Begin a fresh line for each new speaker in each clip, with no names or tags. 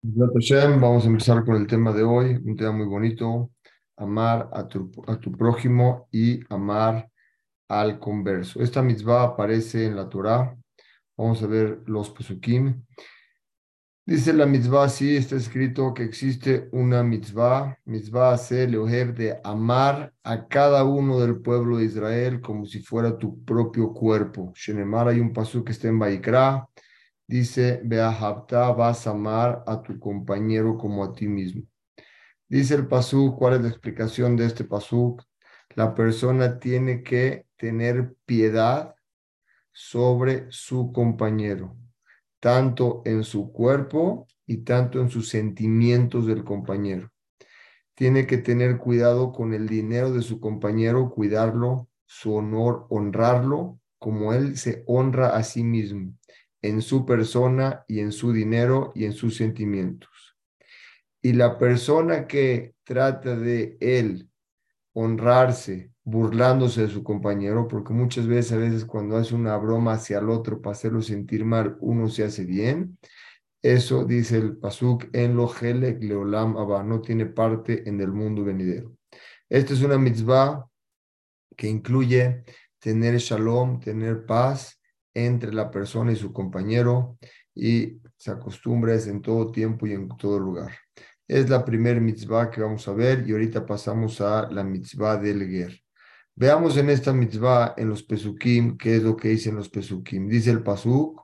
Gracias, Hashem. Vamos a empezar con el tema de hoy, un tema muy bonito, amar a tu prójimo y amar al converso. Esta mitzvah aparece en la Torá. Vamos a ver los pesukim. Dice la mitzvah, sí, está escrito que existe una mitzvah hacer leojev de amar a cada uno del pueblo de Israel como si fuera tu propio cuerpo. Shenemar, hay un pasuk que está en Vaikra. Dice, Beahavta, vas a amar a tu compañero como a ti mismo. Dice el pasuk, ¿cuál es la explicación de este pasuk? La persona tiene que tener piedad sobre su compañero, tanto en su cuerpo y tanto en sus sentimientos del compañero. Tiene que tener cuidado con el dinero de su compañero, cuidarlo, su honor, honrarlo, como él se honra a sí mismo, en su persona y en su dinero y en sus sentimientos. Y la persona que trata de él honrarse, burlándose de su compañero, porque muchas veces, cuando hace una broma hacia el otro para hacerlo sentir mal, uno se hace bien. Eso dice el Pasuk en lo Helek Leolam Abba, no tiene parte en el mundo venidero. Esta es una mitzvah que incluye tener shalom, tener paz entre la persona y su compañero y se acostumbra en todo tiempo y en todo lugar. Es la primer mitzvah que vamos a ver y ahorita pasamos a la mitzvah del Ger. Veamos en esta mitzvah, en los pesukim, qué es lo que dicen los pesukim. Dice el pasuk,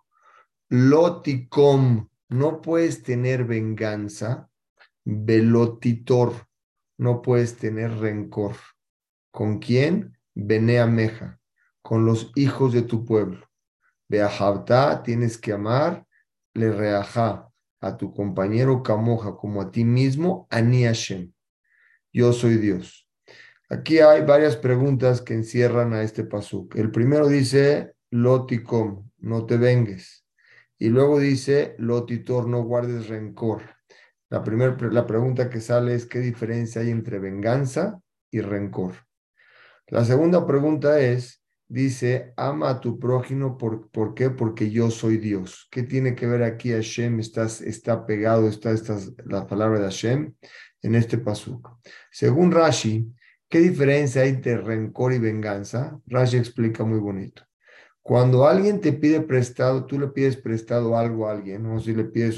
lotikom, no puedes tener venganza, velotitor, no puedes tener rencor. ¿Con quién? Beneameja, con los hijos de tu pueblo. Beahavta, tienes que amar, le reajá a tu compañero Camoja como a ti mismo, Ani Hashem. Yo soy Dios. Aquí hay varias preguntas que encierran a este pasuk. El primero dice, loticom, no te vengues. Y luego dice, lotitor, no guardes rencor. La pregunta que sale es, ¿qué diferencia hay entre venganza y rencor? La segunda pregunta es, dice, ama a tu prójimo, ¿por qué? Porque yo soy Dios. ¿Qué tiene que ver aquí Hashem? Está pegado, la palabra de Hashem en este pasuk. Según Rashi, ¿qué diferencia hay entre rencor y venganza? Rashi explica muy bonito. Cuando alguien te pide prestado, tú le pides prestado algo a alguien, o si le pides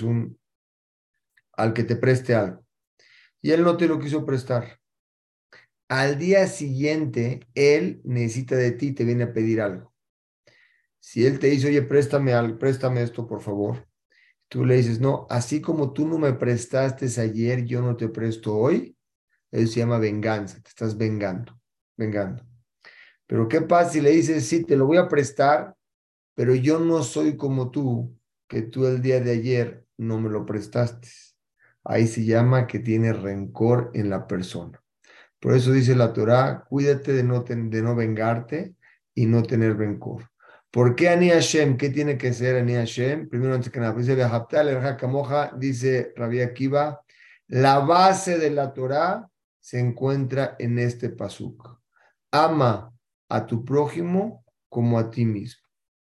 al que te preste algo, y él no te lo quiso prestar. Al día siguiente, él necesita de ti y te viene a pedir algo. Si él te dice, oye, préstame esto, por favor. Tú le dices, no, así como tú no me prestaste ayer, yo no te presto hoy. Eso se llama venganza, te estás vengando. Pero ¿qué pasa si le dices, sí, te lo voy a prestar, pero yo no soy como tú, que tú el día de ayer no me lo prestaste? Ahí se llama que tiene rencor en la persona. Por eso dice la Torá, cuídate de no vengarte y no tener rencor. ¿Por qué Ani Hashem? ¿Qué tiene que ser Ani Hashem? Primero, antes que nada, dice Behaptal, el Kamoja, dice Rabbi Akiva, la base de la Torá se encuentra en este pasuk. Ama a tu prójimo como a ti mismo.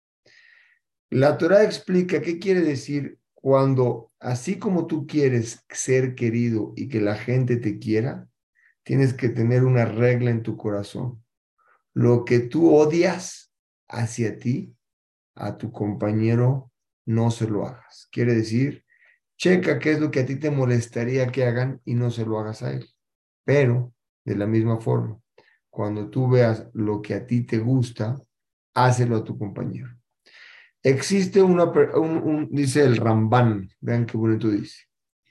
La Torá explica qué quiere decir cuando, así como tú quieres ser querido y que la gente te quiera, tienes que tener una regla en tu corazón. Lo que tú odias hacia ti, a tu compañero, no se lo hagas. Quiere decir, checa qué es lo que a ti te molestaría que hagan y no se lo hagas a él. Pero, de la misma forma, cuando tú veas lo que a ti te gusta, hácelo a tu compañero. Existe dice el Ramban, vean qué bonito dice.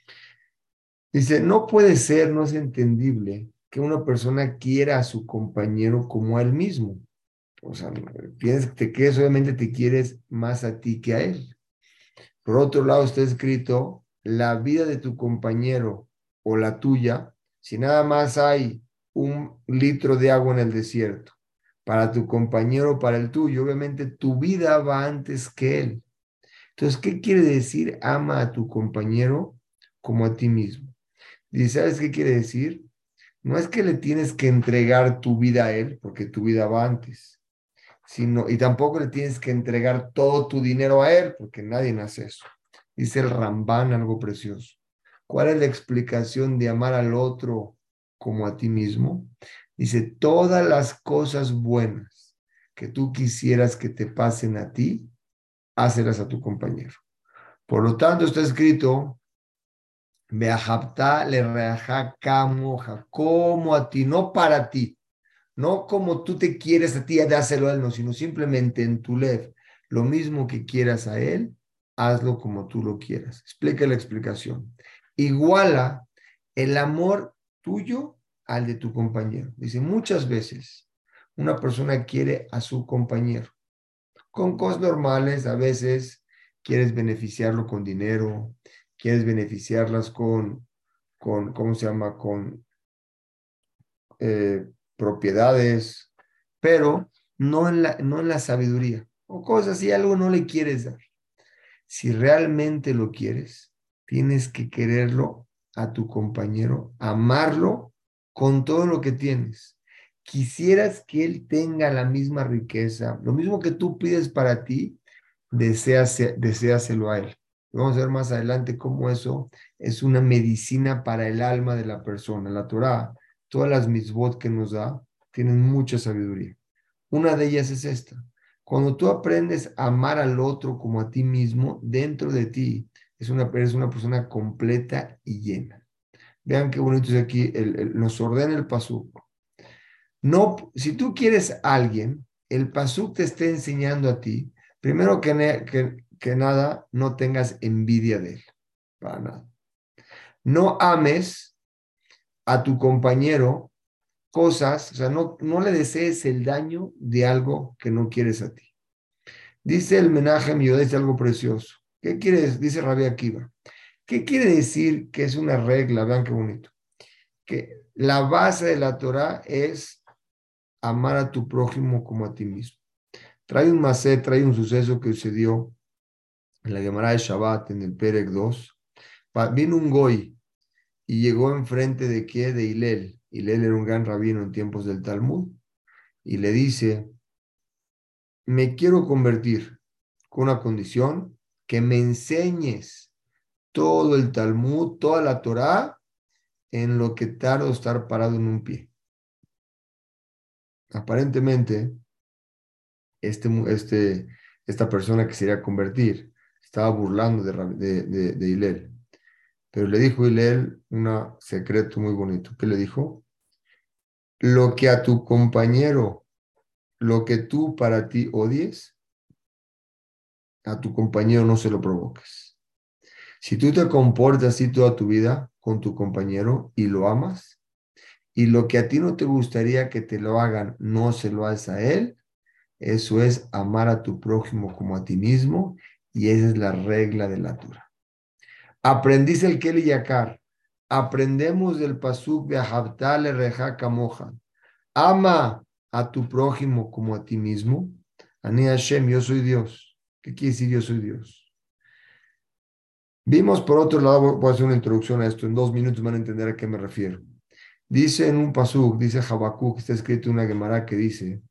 Dice, no puede ser, no es entendible que una persona quiera a su compañero como a él mismo. O sea, piensas que te quieres, obviamente te quieres más a ti que a él. Por otro lado, está escrito, la vida de tu compañero o la tuya, si nada más hay 1 litro de agua en el desierto, para tu compañero o para el tuyo, obviamente tu vida va antes que él. Entonces, ¿qué quiere decir ama a tu compañero como a ti mismo? Dice, ¿sabes qué quiere decir? No es que le tienes que entregar tu vida a él, porque tu vida va antes, sino, y tampoco le tienes que entregar todo tu dinero a él, porque nadie hace eso. Dice el Rambán algo precioso. ¿Cuál es la explicación de amar al otro como a ti mismo? Dice, todas las cosas buenas que tú quisieras que te pasen a ti, hácelas a tu compañero. Por lo tanto, está escrito, Beahabta le reaja camoja, como a ti, no para ti, no como tú te quieres a ti, dáselo a él, no, sino simplemente en tu lev, lo mismo que quieras a él, hazlo como tú lo quieras. Explica la explicación. Iguala el amor tuyo al de tu compañero. Dice, muchas veces una persona quiere a su compañero con cosas normales, a veces quieres beneficiarlo con dinero, quieres beneficiarlas ¿cómo se llama? Con propiedades, pero no en la sabiduría. O cosas así, algo no le quieres dar. Si realmente lo quieres, tienes que quererlo a tu compañero, amarlo con todo lo que tienes. Quisieras que él tenga la misma riqueza, lo mismo que tú pides para ti, deséaselo a él. Vamos a ver más adelante cómo eso es una medicina para el alma de la persona. La Torá, todas las mitzvot que nos da, tienen mucha sabiduría. Una de ellas es esta. Cuando tú aprendes a amar al otro como a ti mismo, dentro de ti eres una persona completa y llena. Vean qué bonito es aquí, nos ordena el pasuk. No, si tú quieres a alguien, el pasuk te está enseñando a ti, primero que nada, no tengas envidia de él, para nada. No ames a tu compañero cosas, o sea, no le desees el daño de algo que no quieres a ti. Dice el Menajem Yodá, dice algo precioso. ¿Qué quiere decir? Dice Rabbi Akiva. ¿Qué quiere decir que es una regla? Vean qué bonito. Que la base de la Torah es amar a tu prójimo como a ti mismo. Trae un suceso que sucedió en la Gemara de Shabbat, en el Perek 2. Vino un goy y llegó enfrente de qué? De Hillel. Hillel era un gran rabino en tiempos del Talmud. Y le dice, me quiero convertir con una condición, que me enseñes todo el Talmud, toda la Torá, en lo que tardo estar parado en un pie. Aparentemente, esta persona que se iba a convertir estaba burlando de Hillel. Pero le dijo Hillel un secreto muy bonito. ¿Qué le dijo? Lo que a tu compañero, lo que tú para ti odies, a tu compañero no se lo provoques. Si tú te comportas así toda tu vida con tu compañero y lo amas, y lo que a ti no te gustaría que te lo hagan, no se lo haces a él, eso es amar a tu prójimo como a ti mismo, y esa es la regla de la Torah. Aprendiste el Keli Yakar, aprendemos del Pasuk de Ahabtale Reja Kamoja. Ama a tu prójimo como a ti mismo. Ani Hashem, yo soy Dios. ¿Qué quiere decir yo soy Dios? Vimos por otro lado, voy a hacer una introducción a esto, en 2 minutos van a entender a qué me refiero. Dice en un pasuk, dice Habacuc, está escrito en una Gemara que dice,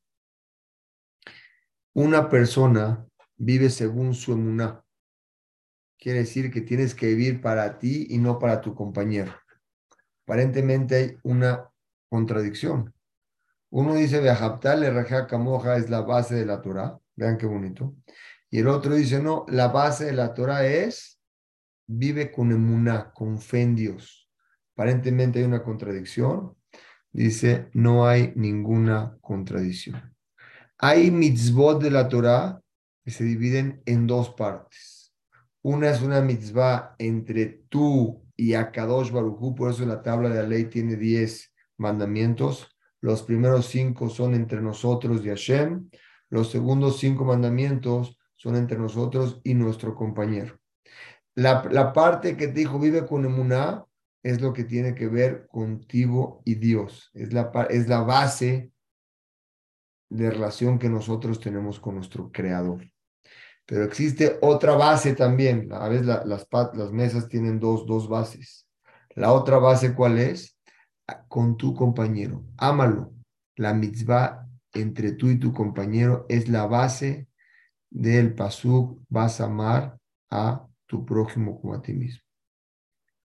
una persona vive según su emuná. Quiere decir que tienes que vivir para ti y no para tu compañero. Aparentemente hay una contradicción. Uno dice, Beajaptal le rajá camoja es la base de la Torah. Vean qué bonito. Y el otro dice, no, la base de la Torah es vive con emuná, con fe en Dios. Aparentemente hay una contradicción. Dice, no hay ninguna contradicción. Hay mitzvot de la Torah que se dividen en dos partes. Una es una mitzvah entre tú y Akadosh Baruj Hu, por eso la tabla de la ley tiene 10 mandamientos. Los primeros 5 son entre nosotros y Hashem. Los segundos 5 mandamientos son entre nosotros y nuestro compañero. La parte que te dijo vive con emuná es lo que tiene que ver contigo y Dios. Es la base de relación que nosotros tenemos con nuestro creador. Pero existe otra base también. A veces las mesas tienen dos bases. La otra base, ¿cuál es? Con tu compañero. Ámalo. La mitzvah entre tú y tu compañero es la base del pasuk. Vas a amar a tu prójimo como a ti mismo.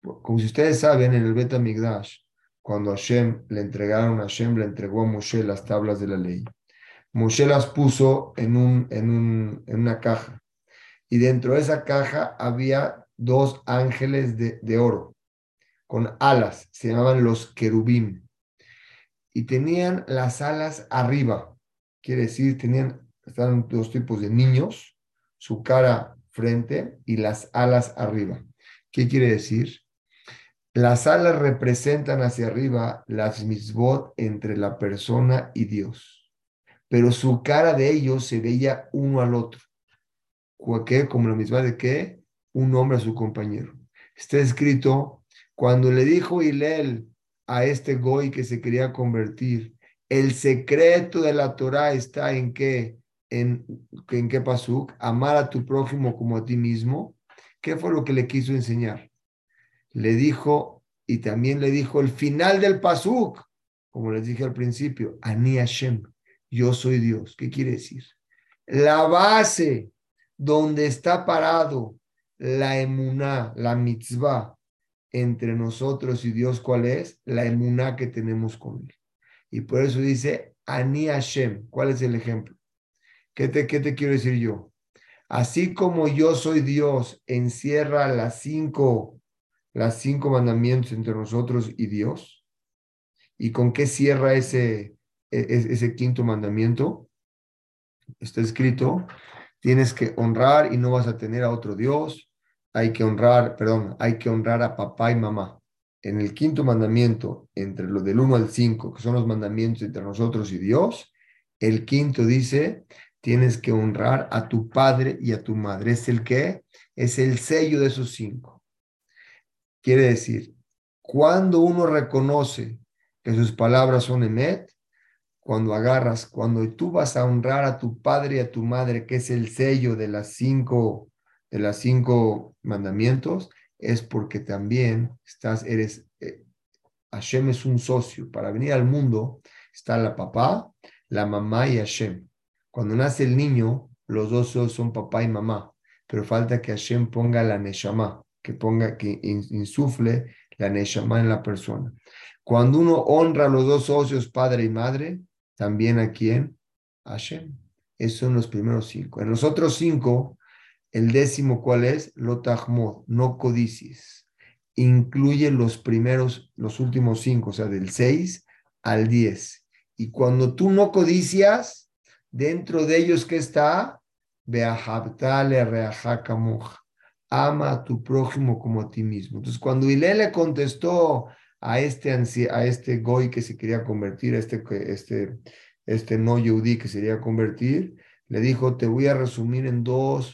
Como si ustedes saben, en el Bet HaMikdash, cuando Hashem le entregaron, Hashem le entregó a Moshe las tablas de la ley. Moshe las puso en una caja. Y dentro de esa caja había dos ángeles de oro con alas, se llamaban los querubim, y tenían las alas arriba, quiere decir, estaban dos tipos de niños, su cara frente y las alas arriba. ¿Qué quiere decir? Las alas representan hacia arriba las mitzvot entre la persona y Dios, pero su cara de ellos se veía uno al otro. ¿Qué? Como la misma de que un hombre a su compañero. Está escrito, cuando le dijo Hillel a este Goy que se quería convertir, el secreto de la Torah está en qué, en qué pasuk, amar a tu prójimo como a ti mismo. ¿Qué fue lo que le quiso enseñar? Le dijo, y también le dijo el final del pasuk, como les dije al principio, Ani Hashem, yo soy Dios. ¿Qué quiere decir? La base donde está parado la emuná, la mitzvah entre nosotros y Dios, ¿cuál es? La emuná que tenemos con Él. Y por eso dice Ani Hashem. ¿Cuál es el ejemplo? ¿Qué te quiero decir yo? Así como yo soy Dios, encierra las cinco mandamientos entre nosotros y Dios. ¿Y con qué cierra ese quinto mandamiento? Está escrito, tienes que honrar y no vas a tener a otro Dios. Hay que honrar a papá y mamá. En el quinto mandamiento, entre lo del 1 al 5, que son los mandamientos entre nosotros y Dios, el quinto dice, tienes que honrar a tu padre y a tu madre. ¿Es el qué? Es el sello de esos 5. Quiere decir, cuando uno reconoce que sus palabras son emet, cuando tú vas a honrar a tu padre y a tu madre, que es el sello de las cinco mandamientos, es porque también Hashem es un socio. Para venir al mundo está la papá, la mamá y Hashem. Cuando nace el niño, los dos son papá y mamá, pero falta que Hashem ponga la neshama, que insufle la neshama en la persona. Cuando uno honra a los dos socios, padre y madre, también a quién? Hashem. Esos son los primeros 5. En los otros 5, el décimo, ¿cuál es? Lo tahmod, no codicies. Incluye los últimos 5, o sea, del 6 al 10. Y cuando tú no codicias, dentro de ellos, ¿qué está? Beahabtale reajacamuj. Ama a tu prójimo como a ti mismo. Entonces, cuando Hillel le contestó a este goy que se quería convertir, este no yehudí que se quería convertir, le dijo, te voy a resumir en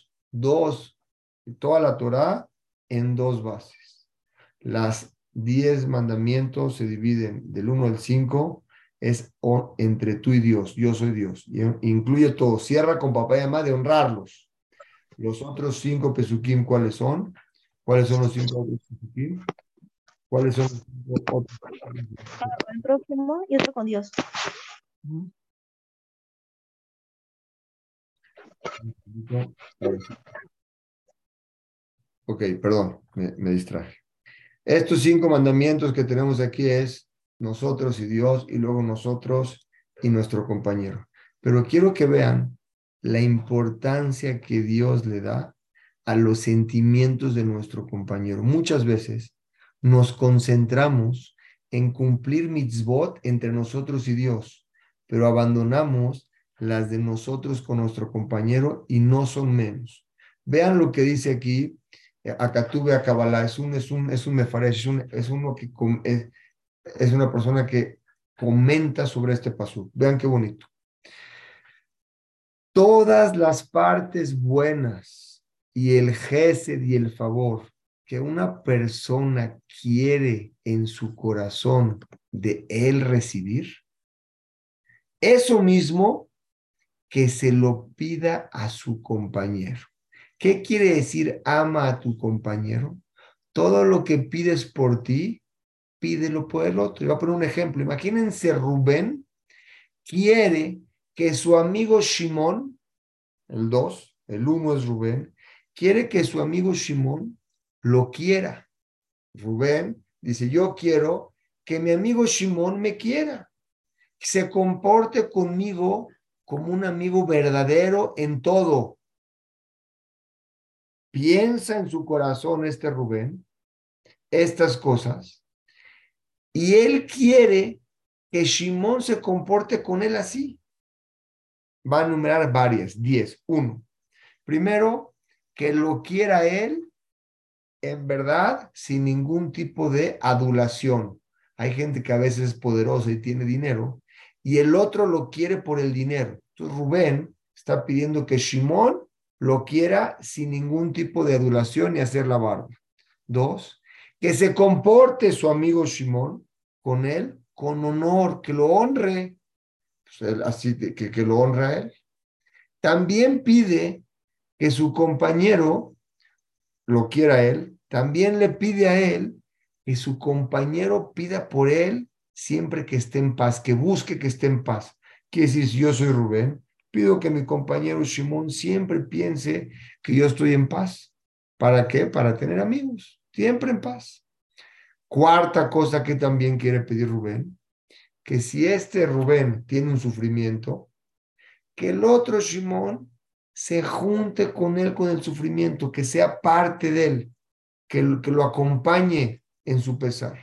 toda la Torah en dos bases. Las 10 mandamientos se dividen del 1 al 5, es entre tú y Dios, yo soy Dios, y incluye todo, cierra con papá y mamá de honrarlos. Los otros 5 pesukim, ¿cuáles son? ¿Cuáles son los 5 otros pesukim? ¿Cuáles son los 5 otros
Con el prójimo y otro con Dios.
pesukim? Ok, perdón, me distraje. Estos 5 mandamientos que tenemos aquí es nosotros y Dios, y luego nosotros y nuestro compañero. Pero quiero que vean la importancia que Dios le da a los sentimientos de nuestro compañero. Muchas veces nos concentramos en cumplir mitzvot entre nosotros y Dios, pero abandonamos las de nosotros con nuestro compañero y no son menos. Vean lo que dice aquí Akatube a Kabbalah, es un mefaresh, es una persona que comenta sobre este pasú. Vean qué bonito. Todas las partes buenas y el gesed y el favor que una persona quiere en su corazón de él recibir, eso mismo que se lo pida a su compañero. ¿Qué quiere decir ama a tu compañero? Todo lo que pides por ti, pídelo por el otro. Y voy a poner un ejemplo. Imagínense, Rubén quiere que su amigo Shimón, el 2, el 1 es Rubén, quiere que su amigo Shimón lo quiera. Rubén dice, yo quiero que mi amigo Shimón me quiera, que se comporte conmigo como un amigo verdadero en todo. Piensa en su corazón este Rubén estas cosas y él quiere que Shimón se comporte con él así. Va a enumerar varias, 10. Uno, primero, que lo quiera él en verdad sin ningún tipo de adulación. Hay gente que a veces es poderosa y tiene dinero y el otro lo quiere por el dinero. Entonces Rubén está pidiendo que Shimón lo quiera sin ningún tipo de adulación ni hacer la barba. Dos, que se comporte su amigo Shimón con él con honor, que lo honre, pues él, así que lo honra a él. También pide que su compañero lo quiera a él, también le pide a él que su compañero pida por él siempre que esté en paz, que busque que esté en paz. Quiere decir, si yo soy Rubén, pido que mi compañero Shimón siempre piense que yo estoy en paz. ¿Para qué? Para tener amigos, siempre en paz. Cuarta cosa que también quiere pedir Rubén, que si este Rubén tiene un sufrimiento, que el otro Shimón se junte con él con el sufrimiento, que sea parte de él, que lo acompañe en su pesar,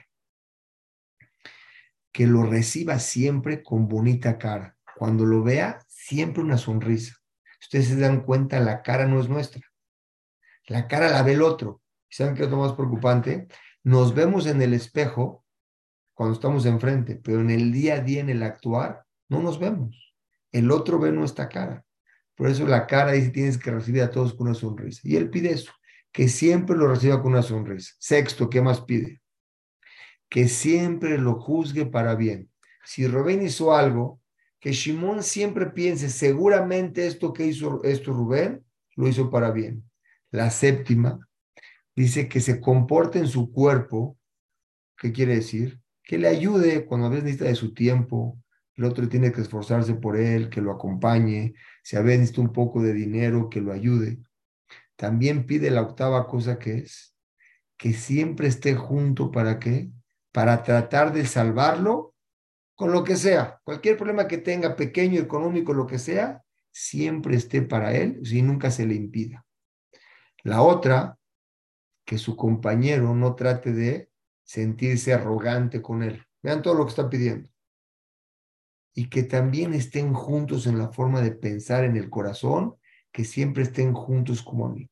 que lo reciba siempre con bonita cara. Cuando lo vea, siempre una sonrisa. Ustedes se dan cuenta, la cara no es nuestra, la cara la ve el otro. ¿Saben qué es lo más preocupante? Nos vemos en el espejo cuando estamos enfrente, pero en el día a día, en el actuar, no nos vemos. El otro ve nuestra cara. Por eso la cara dice, tienes que recibir a todos con una sonrisa. Y él pide eso, que siempre lo reciba con una sonrisa. Sexto, ¿qué más pide? Que siempre lo juzgue para bien. Si Rubén hizo algo, que Shimón siempre piense, seguramente esto que hizo esto Rubén, lo hizo para bien. La séptima dice que se comporte en su cuerpo. ¿Qué quiere decir? Que le ayude cuando a veces necesita de su tiempo, el otro tiene que esforzarse por él, que lo acompañe, si a veces necesita un poco de dinero, que lo ayude. También pide la octava cosa que es que siempre esté junto para qué, para tratar de salvarlo con lo que sea, cualquier problema que tenga, pequeño, económico, lo que sea, siempre esté para él, si nunca se le impida. La otra, que su compañero no trate de sentirse arrogante con él. Vean todo lo que está pidiendo. Y que también estén juntos en la forma de pensar en el corazón, que siempre estén juntos como amigos.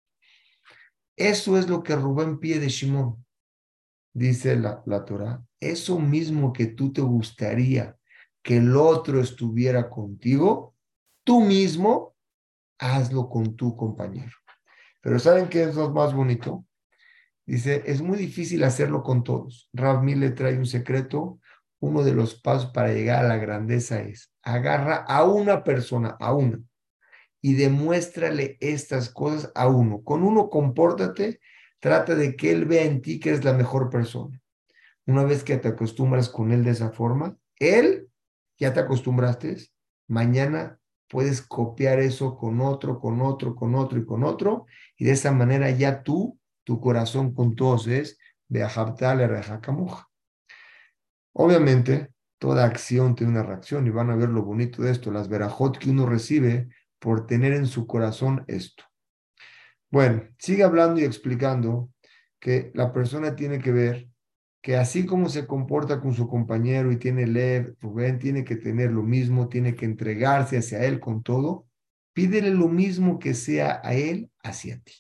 Eso es lo que Rubén pide de Shimón, dice la Torah. Eso mismo que tú te gustaría que el otro estuviera contigo, tú mismo hazlo con tu compañero. Pero ¿saben qué es lo más bonito? Dice, es muy difícil hacerlo con todos. Rav Miller trae un secreto. Uno de los pasos para llegar a la grandeza es, agarra a una persona, a una, y demuéstrale estas cosas a uno. Con uno compórtate, trata de que él vea en ti que eres la mejor persona. Una vez que te acostumbras con él de esa forma, él, ya te acostumbraste, mañana puedes copiar eso con otro, con otro, con otro y con otro, y de esa manera ya tú, tu corazón con todos es Beajartale Rejacamuja. Obviamente, toda acción tiene una reacción y van a ver lo bonito de esto, las verajot que uno recibe por tener en su corazón esto. Bueno, sigue hablando y explicando que la persona tiene que ver que así como se comporta con su compañero y tiene Lev, Rubén tiene que tener lo mismo, tiene que entregarse hacia él con todo, pídele lo mismo que sea a él hacia ti.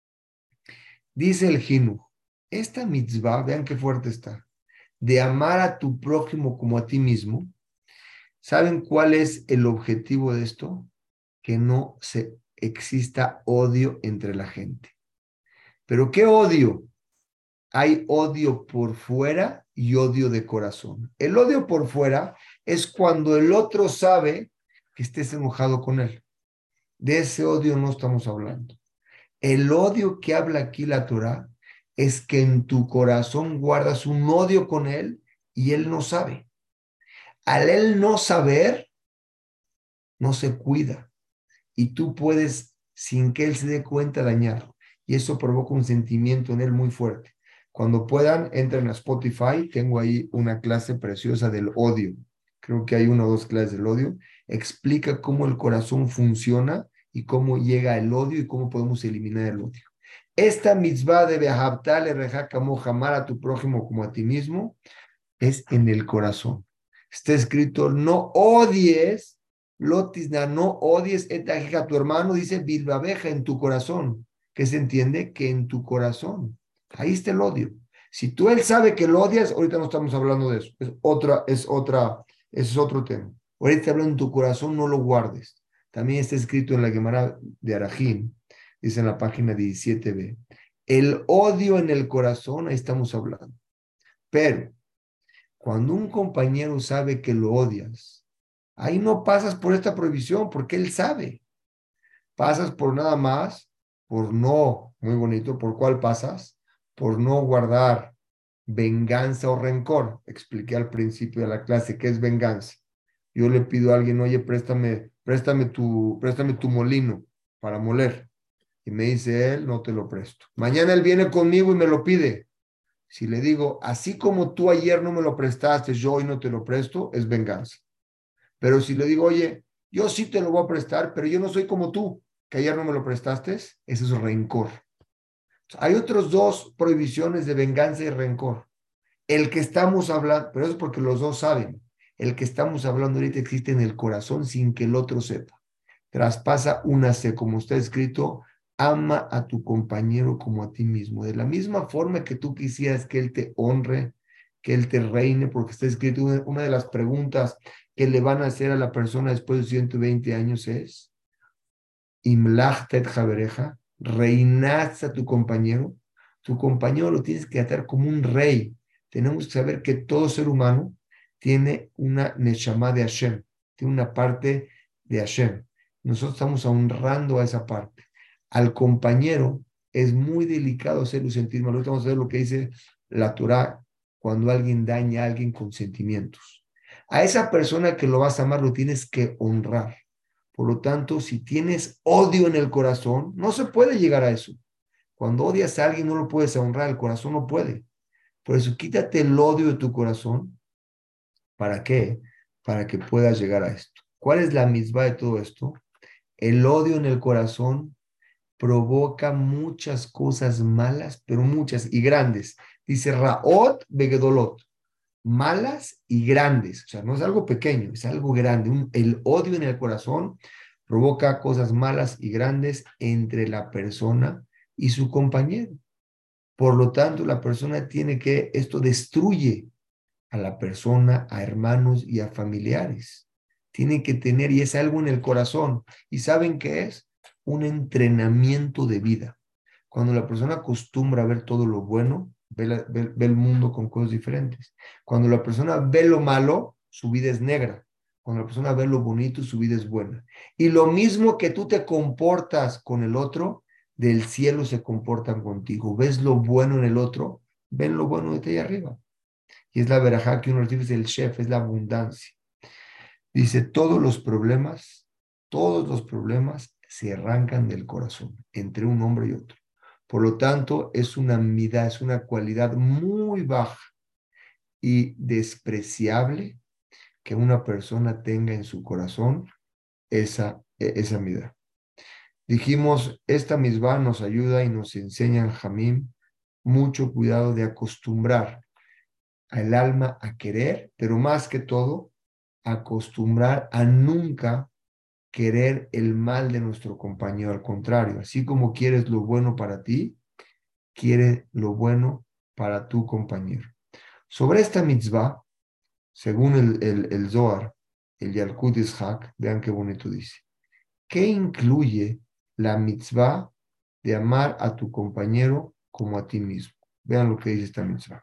Dice el Jinuj, esta mitzvah, vean qué fuerte está, de amar a tu prójimo como a ti mismo. ¿Saben cuál es el objetivo de esto? Que no se exista odio entre la gente. ¿Pero qué odio? Hay odio por fuera y odio de corazón. El odio por fuera es cuando el otro sabe que estés enojado con él. De ese odio no estamos hablando. El odio que habla aquí la Torah es que en tu corazón guardas un odio con él y él no sabe. Al él no saber, no se cuida y tú puedes, sin que él se dé cuenta, dañarlo. Y eso provoca un sentimiento en él muy fuerte. Cuando puedan, entren a Spotify. Tengo ahí una clase preciosa del odio. Creo que hay una o dos clases del odio. Explica cómo el corazón funciona y cómo llega el odio y cómo podemos eliminar el odio. Esta mitzvah de Behabtale Rejakamo, amar a tu prójimo como a ti mismo, es en el corazón. Está escrito, no odies, lotisna, no odies a tu hermano, dice Bilbabeja en tu corazón. ¿Qué se entiende? Que en tu corazón. Ahí está el odio. Si tú él sabe que lo odias, ahorita no estamos hablando de eso. Ese es otro tema. Ahorita hablando en tu corazón, no lo guardes. También está escrito en la Gemara de Arajim, dice en la página 17b. El odio en el corazón, ahí estamos hablando. Pero cuando un compañero sabe que lo odias, ahí no pasas por esta prohibición porque él sabe. Pasas por nada más, por no, muy bonito, ¿por cuál pasas? Por no guardar venganza o rencor. Expliqué al principio de la clase qué es venganza. Yo le pido a alguien, oye, préstame tu molino para moler. Y me dice él, no te lo presto. Mañana él viene conmigo y me lo pide. Si le digo, así como tú ayer no me lo prestaste, yo hoy no te lo presto, es venganza. Pero si le digo, oye, yo sí te lo voy a prestar, pero yo no soy como tú, que ayer no me lo prestaste, ese es rencor. Hay otros dos prohibiciones de venganza y rencor. El que estamos hablando, pero eso es porque los dos saben, el que estamos hablando ahorita existe en el corazón sin que el otro sepa. Traspasa una C, como está escrito, ama a tu compañero como a ti mismo. De la misma forma que tú quisieras que él te honre, que él te reine, porque está escrito una de las preguntas que le van a hacer a la persona después de 120 años es, Imlachtet Jabereja, reinaste a tu compañero lo tienes que tratar como un rey. Tenemos que saber que todo ser humano tiene una Neshama de Hashem, tiene una parte de Hashem. Nosotros estamos honrando a esa parte. Al compañero es muy delicado hacerlo sentir mal. Ahorita vamos a ver lo que dice la Torah cuando alguien daña a alguien con sentimientos. A esa persona que lo vas a amar lo tienes que honrar. Por lo tanto, si tienes odio en el corazón, no se puede llegar a eso. Cuando odias a alguien no lo puedes honrar, el corazón no puede. Por eso quítate el odio de tu corazón. ¿Para qué? Para que puedas llegar a esto. ¿Cuál es la misma de todo esto? El odio en el corazón provoca muchas cosas malas, pero muchas y grandes. Dice Raot Begedolot, malas y grandes. O sea, no es algo pequeño, es algo grande. El odio en el corazón provoca cosas malas y grandes entre la persona y su compañero. Por lo tanto, la persona tiene que, esto destruye a la persona, a hermanos y a familiares. Tiene que tener, y es algo en el corazón. ¿Y saben qué es? Un entrenamiento de vida. Cuando la persona acostumbra a ver todo lo bueno, ve el mundo con cosas diferentes. Cuando la persona ve lo malo, su vida es negra. Cuando la persona ve lo bonito, su vida es buena. Y lo mismo que tú te comportas con el otro, del cielo se comportan contigo. Ves lo bueno en el otro, ven lo bueno de ti arriba. Y es la verajá que uno recibe, es el chef, es la abundancia. Dice, todos los problemas se arrancan del corazón, entre un hombre y otro. Por lo tanto, es una midá, es una cualidad muy baja y despreciable que una persona tenga en su corazón esa midá. Dijimos, esta misbah nos ayuda y nos enseña en Jamim mucho cuidado de acostumbrar al alma a querer, pero más que todo, acostumbrar a nunca querer el mal de nuestro compañero. Al contrario, así como quieres lo bueno para ti, quiere lo bueno para tu compañero. Sobre esta mitzvah, según el Zohar, el Yalkut Ishak, vean qué bonito dice. ¿Qué incluye la mitzvah de amar a tu compañero como a ti mismo? Vean lo que dice esta mitzvah.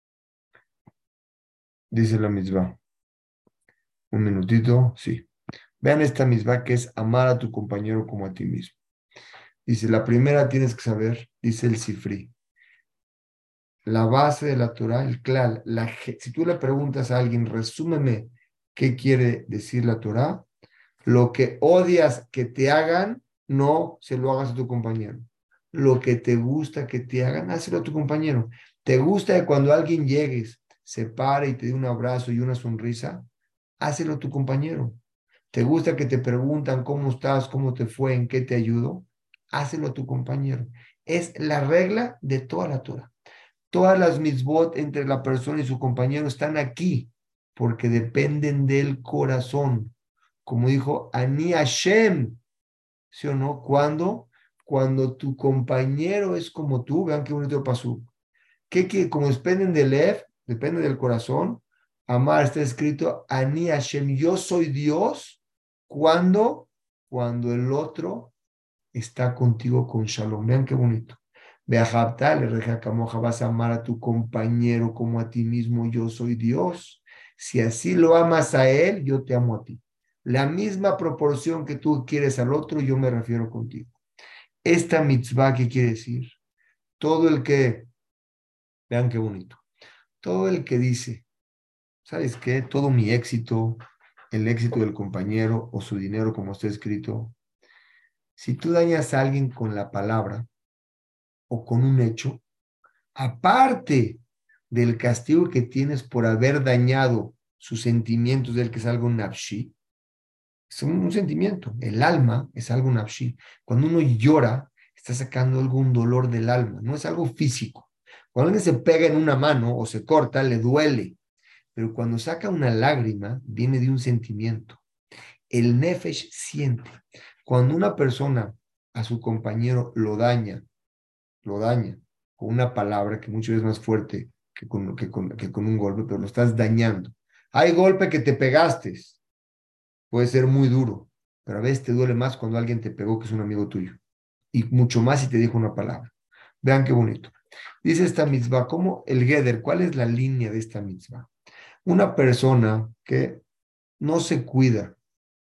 Dice la mitzvah. Un minutito, sí. Vean esta mitzvah que es amar a tu compañero como a ti mismo. Dice, la primera tienes que saber, dice el Sifri, la base de la Torah, el klal, si tú le preguntas a alguien, resúmeme qué quiere decir la Torah, lo que odias que te hagan, no se lo hagas a tu compañero. lo que te gusta que te hagan, hazlo a tu compañero. ¿Te gusta que cuando alguien llegues, se pare y te dé un abrazo y una sonrisa? Hazlo a tu compañero. ¿Te gusta que te preguntan cómo estás, cómo te fue, en qué te ayudo? Hazlo a tu compañero. Es la regla de toda la Torah. Todas las mitzvot entre la persona y su compañero están aquí porque dependen del corazón. Como dijo Ani Hashem, ¿sí o no? Cuando tu compañero es como tú, vean qué bonito pasú. Como dependen del Lev, depende del corazón. Amar está escrito Ani Hashem, yo soy Dios. ¿Cuándo? Cuando el otro está contigo con Shalom. Vean qué bonito. Ve a Jabta, le reja Camoja, vas a amar a tu compañero como a ti mismo, yo soy Dios. Si así lo amas a él, yo te amo a ti. La misma proporción que tú quieres al otro, yo me refiero contigo. Esta mitzvah, ¿qué quiere decir? Todo el que, vean qué bonito, todo el que dice, ¿sabes qué? Todo mi éxito, el éxito del compañero o su dinero, como está escrito, si tú dañas a alguien con la palabra o con un hecho, aparte del castigo que tienes por haber dañado sus sentimientos del que es algo nafshi, es un sentimiento, el alma es algo nafshi. Cuando uno llora, está sacando algún dolor del alma, no es algo físico. Cuando alguien se pega en una mano o se corta, le duele, pero cuando saca una lágrima, viene de un sentimiento. El nefesh siente. Cuando una persona a su compañero lo daña con una palabra que muchas veces es más fuerte que con un golpe, pero lo estás dañando. Hay golpe que te pegaste, puede ser muy duro, pero a veces te duele más cuando alguien te pegó que es un amigo tuyo. Y mucho más si te dijo una palabra. Vean qué bonito. Dice esta mitzvah, ¿cómo el Geder? ¿Cuál es la línea de esta mitzvah? Una persona que no se cuida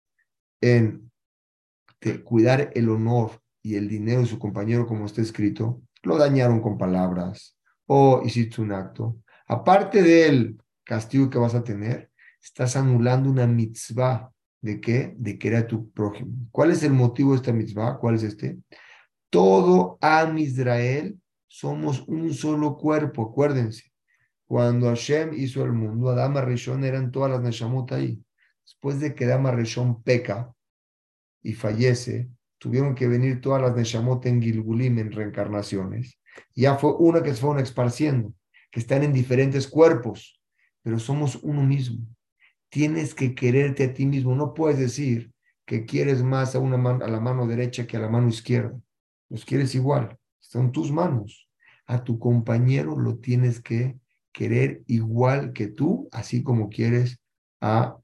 en cuidar el honor y el dinero de su compañero, como está escrito, lo dañaron con palabras o hiciste un acto. Aparte del castigo que vas a tener, estás anulando una mitzvah. ¿De qué? De querer a tu prójimo. ¿Cuál es el motivo de esta mitzvah? ¿Cuál es este? Todo Am Israel somos un solo cuerpo, acuérdense. Cuando Hashem hizo el mundo, Adama Rishon eran todas las Neshamot ahí. Después de que Adama Rishon peca, y fallece, tuvieron que venir todas las Neshamot en Gilgulim, en reencarnaciones. Y ya fue una que se fueron esparciendo, que están en diferentes cuerpos, pero somos uno mismo. Tienes que quererte a ti mismo. No puedes decir que quieres más a la mano derecha que a la mano izquierda. Los quieres igual, son tus manos. A tu compañero lo tienes que querer igual que tú, así como quieres a,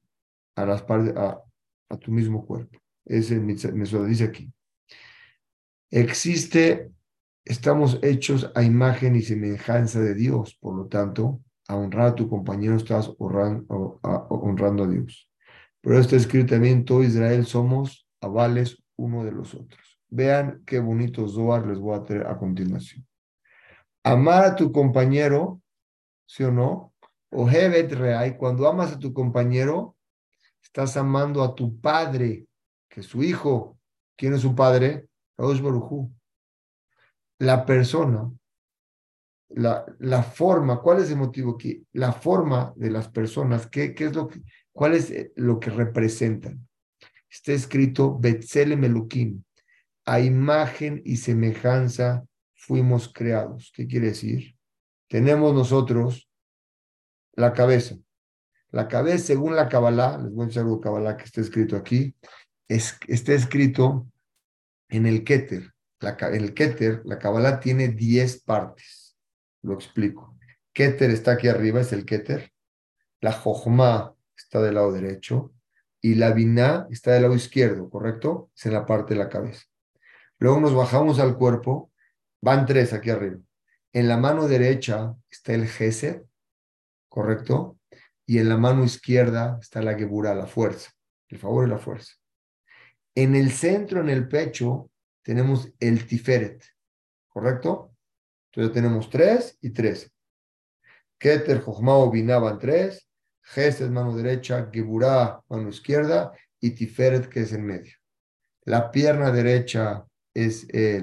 a tu mismo cuerpo. Ese me lo dice aquí. Estamos hechos a imagen y semejanza de Dios, por lo tanto, a honrar a tu compañero estás honrando a Dios. Pero está escrito también, todo Israel somos avales uno de los otros. Vean qué bonitos Zohar les voy a traer a continuación. Amar a tu compañero, ¿sí o no? O Hevet Reai, cuando amas a tu compañero, estás amando a tu padre, que es su hijo. ¿Quién es su padre? Kadosh Baruj Hu. La persona, la forma, ¿cuál es el motivo aquí? La forma de las personas, ¿qué es cuál es lo que representan? Está escrito Betzelem Elukim, a imagen y semejanza fuimos creados. ¿Qué quiere decir? Tenemos nosotros la cabeza. La cabeza, según la Kabbalah, les voy a decir algo de Kabbalah que está escrito aquí, está escrito en el Keter. En el Keter, la Kabbalah tiene 10 partes. Lo explico. Keter está aquí arriba, es el Keter. La Jochma está del lado derecho. Y la Binah está del lado izquierdo, ¿correcto? Es en la parte de la cabeza. Luego nos bajamos al cuerpo. Van tres aquí arriba. En la mano derecha está el Gesed, ¿correcto? Y en la mano izquierda está la Geburah, la fuerza. El favor y la fuerza. En el centro, en el pecho, tenemos el Tiferet, ¿correcto? Entonces tenemos 3 y 3. Keter, Jochma o Binah van 3. Gesed, mano derecha. Geburah, mano izquierda. Y Tiferet, que es en medio. La pierna derecha es el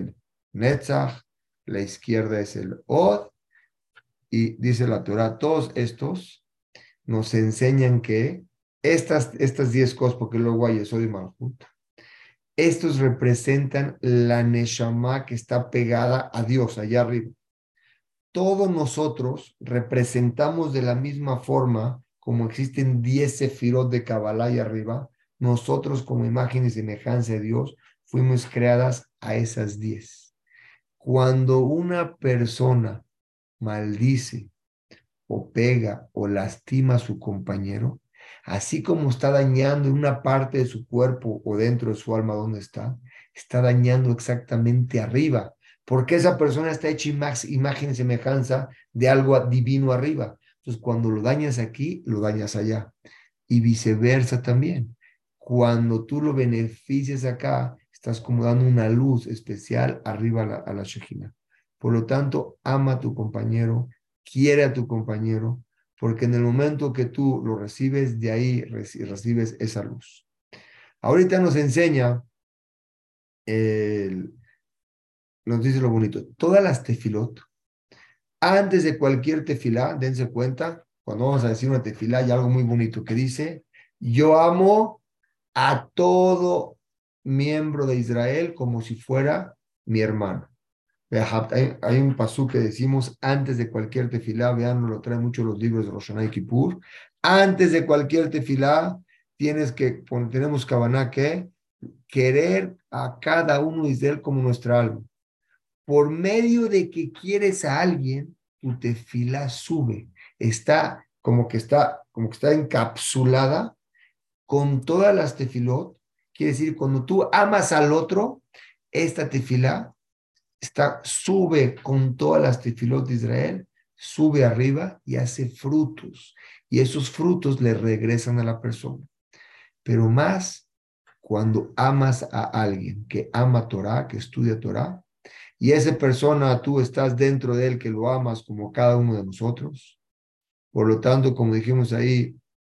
Netzach, la izquierda es el Od, y dice la Torah, todos estos nos enseñan que estas 10 cosas, porque luego hay Yesod y Malhut, estos representan la Neshama que está pegada a Dios allá arriba. Todos nosotros representamos de la misma forma, como existen 10 sefirot de Kabbalah allá arriba, nosotros como imagen y semejanza de Dios fuimos creadas a esas 10. Cuando una persona maldice o pega o lastima a su compañero, así como está dañando una parte de su cuerpo o dentro de su alma donde está dañando exactamente arriba, porque esa persona está hecha imagen y semejanza de algo divino arriba. Entonces, cuando lo dañas aquí, lo dañas allá. Y viceversa también. Cuando tú lo beneficias acá, estás como dando una luz especial arriba a la Shejina. Por lo tanto, ama a tu compañero, quiere a tu compañero, porque en el momento que tú lo recibes, de ahí recibes esa luz. Ahorita nos enseña, nos dice lo bonito, todas las tefilot, antes de cualquier tefilá, dense cuenta, cuando vamos a decir una tefilá, hay algo muy bonito que dice, yo amo a todo miembro de Israel como si fuera mi hermano. Hay un pasú que decimos antes de cualquier tefilá, vean, lo traen mucho los libros de Rosh Hashanah y Kippur. Antes de cualquier tefilá, tenemos kavaná que querer a cada uno de Israel como nuestra alma. Por medio de que quieres a alguien, tu tefilá sube. Está como que está encapsulada con todas las tefilot. Quiere decir, cuando tú amas al otro, esta tefilá sube con todas las tefilot de Israel, sube arriba y hace frutos. Y esos frutos le regresan a la persona. Pero más cuando amas a alguien que ama Torah, que estudia Torah, y esa persona tú estás dentro de él, que lo amas como cada uno de nosotros. Por lo tanto, como dijimos ahí,